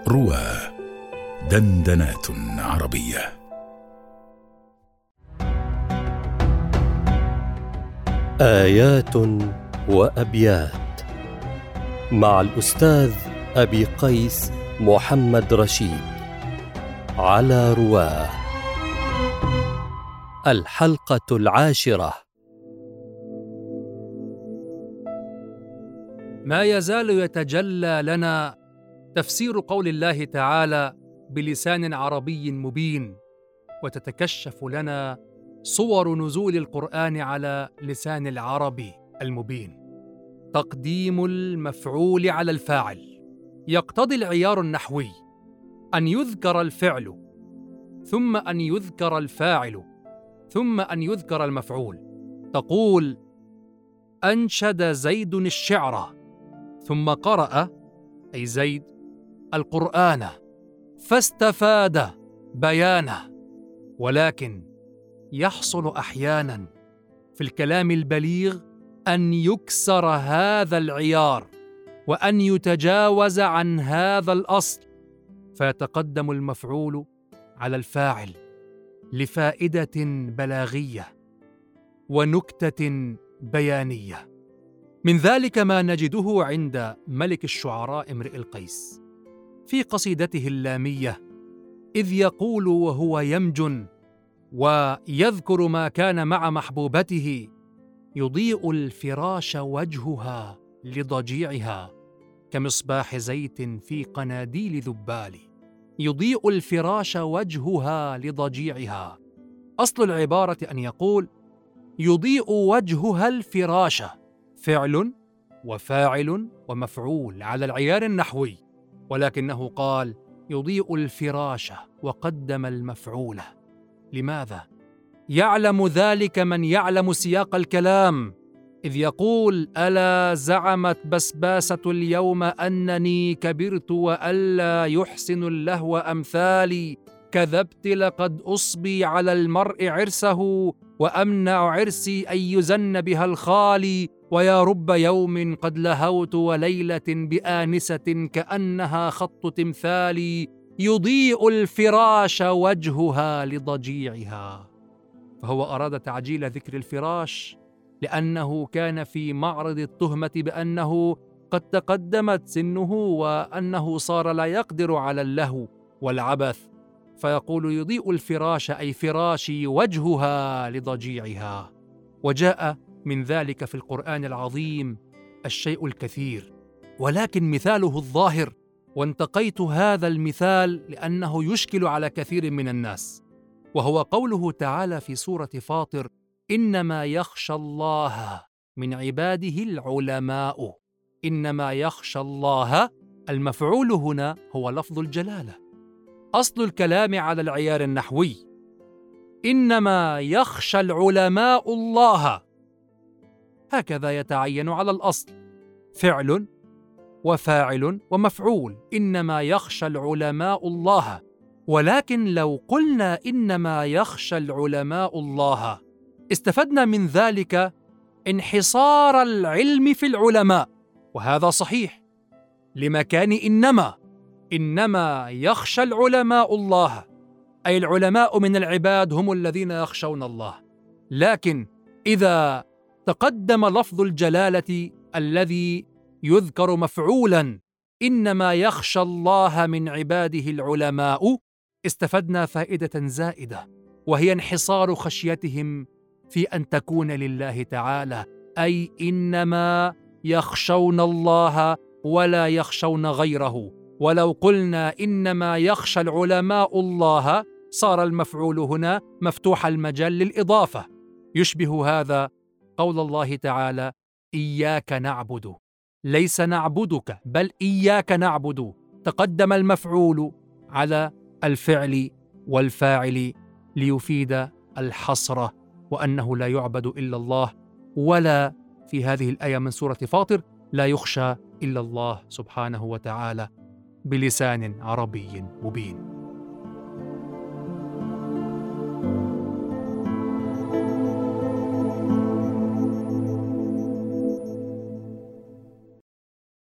روى دندنات عربية. آيات وأبيات مع الأستاذ أبي قيس محمد رشيد على رواه. الحلقة 10. ما يزال يتجلى لنا تفسير قول الله تعالى بلسان عربي مبين، وتتكشف لنا صور نزول القرآن على لسان العربي المبين. تقديم المفعول على الفاعل يقتضي العيار النحوي أن يذكر الفعل ثم أن يذكر الفاعل ثم أن يذكر المفعول. تقول: أنشد زيد الشعر، ثم قرأ أي زيد القرآن فاستفاد بيانه. ولكن يحصل أحياناً في الكلام البليغ أن يكسر هذا العيار وأن يتجاوز عن هذا الأصل، فيتقدم المفعول على الفاعل لفائدة بلاغية ونكتة بيانية. من ذلك ما نجده عند ملك الشعراء امرئ القيس في قصيدته اللامية، إذ يقول وهو يمجن ويذكر ما كان مع محبوبته: يضيء الفراش وجهها لضجيعها كمصباح زيت في قناديل ذبال. يضيء الفراش وجهها لضجيعها. أصل العبارة أن يقول: يضيء وجهها الفراش، فعل وفاعل ومفعول على العيار النحوي، ولكنه قال يضيء الفراش وقدم المفعول. لماذا؟ يعلم ذلك من يعلم سياق الكلام، إذ يقول: ألا زعمت بسباسة اليوم أنني كبرت وألا يحسن اللهو أمثالي، كذبت لقد أصبي على المرء عرسه وأمنع عرسي أن يزن بها الخالي، ويا رب يوم قد لهوت وليلة بآنسة كأنها خط تمثالي، يضيء الفراش وجهها لضجيعها. فهو أراد تعجيل ذكر الفراش لأنه كان في معرض التهمة بأنه قد تقدمت سنه وأنه صار لا يقدر على اللهو والعبث، فيقول يضيء الفراش أي فراشي وجهها لضجيعها. وجاء من ذلك في القرآن العظيم الشيء الكثير، ولكن مثاله الظاهر، وانتقيت هذا المثال لأنه يشكل على كثير من الناس، وهو قوله تعالى في سورة فاطر: إنما يخشى الله من عباده العلماء. إنما يخشى الله، المفعول هنا هو لفظ الجلالة. أصل الكلام على العيار النحوي: إنما يخشى العلماء الله، هكذا يتعين على الأصل، فعل وفاعل ومفعول، إنما يخشى العلماء الله. ولكن لو قلنا إنما يخشى العلماء الله، استفدنا من ذلك انحصار العلم في العلماء، وهذا صحيح لمكان إنما يخشى العلماء الله، أي العلماء من العباد هم الذين يخشون الله. لكن إذا تقدم لفظ الجلالة الذي يذكر مفعولا إنما يخشى الله من عباده العلماء، استفدنا فائدة زائدة، وهي انحصار خشيتهم في أن تكون لله تعالى، أي إنما يخشون الله ولا يخشون غيره. ولو قلنا إنما يخشى العلماء الله، صار المفعول هنا مفتوح المجال للإضافة. يشبه هذا قول الله تعالى: إياك نعبد، ليس نعبدك بل إياك نعبد. تقدم المفعول على الفعل والفاعل ليفيد الحصر، وأنه لا يعبد إلا الله. ولا في هذه الآية من سورة فاطر لا يخشى إلا الله سبحانه وتعالى بلسان عربي مبين.